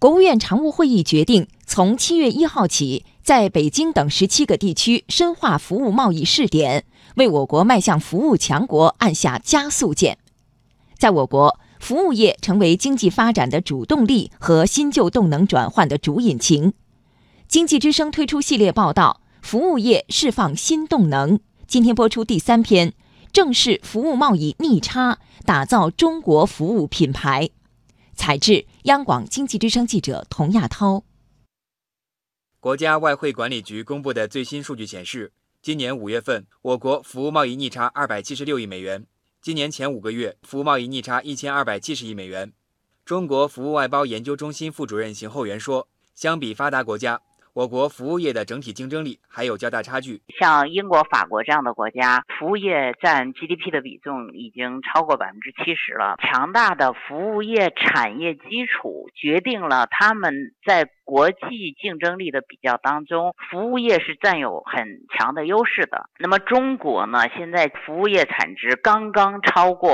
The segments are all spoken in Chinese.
国务院常务会议决定，从7月1号起，在北京等17个地区深化服务贸易试点，为我国迈向服务强国按下加速键。在我国，服务业成为经济发展的主动力和新旧动能转换的主引擎。经济之声推出系列报道《服务业释放新动能》，今天播出第3篇，正视服务贸易逆差，打造中国服务品牌。采制央广经济之声记者童亚涛。 国家外汇管理局公布的最新数据显示，今年5月份，我国服务贸易逆差276亿美元，今年前5个月，服务贸易逆差1270亿美元。中国服务外包研究中心副主任邢厚元说，相比发达国家，我国服务业的整体竞争力还有较大差距。 像英国、法国这样的国家，服务业占 GDP 的比重已经超过70%了。强大的服务业产业基础决定了他们在国际竞争力的比较当中，服务业是占有很强的优势的。那么中国呢，现在服务业产值刚刚超过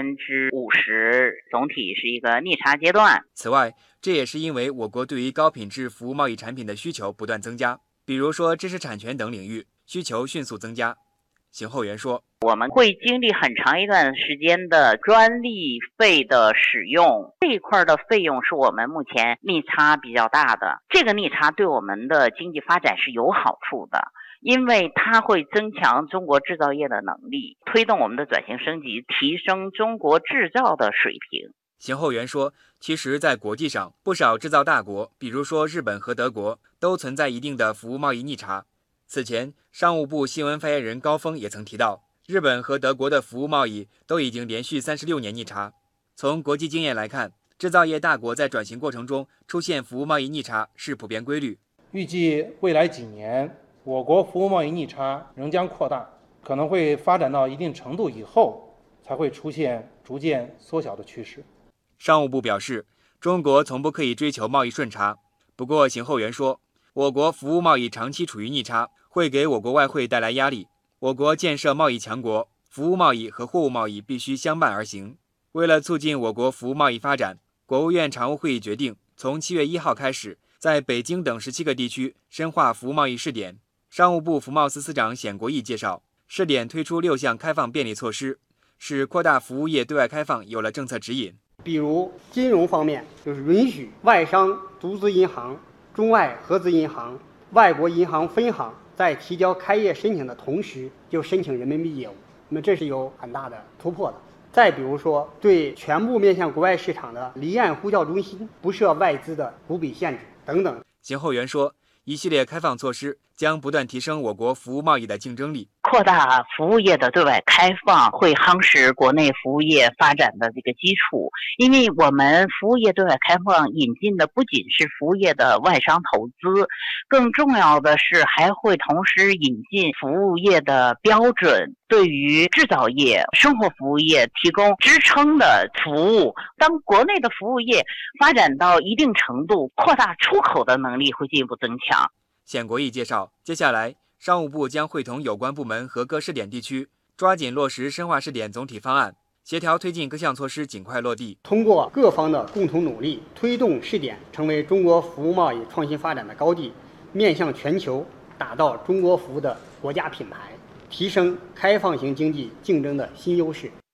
50%，总体是一个逆差阶段。 此外，这也是因为我国对于高品质服务贸易产品的需求不断增加，比如说知识产权等领域需求迅速增加。邢厚元说， 我们会经历很长一段时间的专利费的使用，这一块的费用是我们目前逆差比较大的。这个逆差对我们的经济发展是有好处的，因为它会增强中国制造业的能力，推动我们的转型升级，提升中国制造的水平。 邢厚元说，其实在国际上，不少制造大国，比如说日本和德国，都存在一定的服务贸易逆差。此前，商务部新闻发言人高峰也曾提到，日本和德国的服务贸易都已经连续36年逆差。从国际经验来看，制造业大国在转型过程中出现服务贸易逆差是普遍规律。 预计未来几年，我国服务贸易逆差仍将扩大，可能会发展到一定程度以后，才会出现逐渐缩小的趋势。 商务部表示，中国从不刻意追求贸易顺差。不过，邢厚元说，我国服务贸易长期处于逆差，会给我国外汇带来压力。我国建设贸易强国，服务贸易和货物贸易必须相伴而行。为了促进我国服务贸易发展，国务院常务会议决定，从7月1号开始，在北京等17个地区深化服务贸易试点。商务部服贸司司长冼国义介绍，试点推出6项开放便利措施，使扩大服务业对外开放有了政策指引。 比如金融方面，就是允许外商独资银行、中外合资银行、外国银行分行在提交开业申请的同时就申请人民币业务，那么这是有很大的突破的。再比如说，对全部面向国外市场的离岸呼叫中心不设外资的股比限制等等。 邢厚元说，一系列开放措施将不断提升我国服务贸易的竞争力。 扩大服务业的对外开放会夯实国内服务业发展的这个基础，因为我们服务业对外开放引进的不仅是服务业的外商投资，更重要的是还会同时引进服务业的标准，对于制造业、生活服务业提供支撑的服务。当国内的服务业发展到一定程度，扩大出口的能力会进一步增强。 冼国义介绍，接下来商务部将会同有关部门和各试点地区，抓紧落实深化试点总体方案，协调推进各项措施尽快落地。 通过各方的共同努力，推动试点成为中国服务贸易创新发展的高地，面向全球打造中国服务的国家品牌，提升开放型经济竞争的新优势。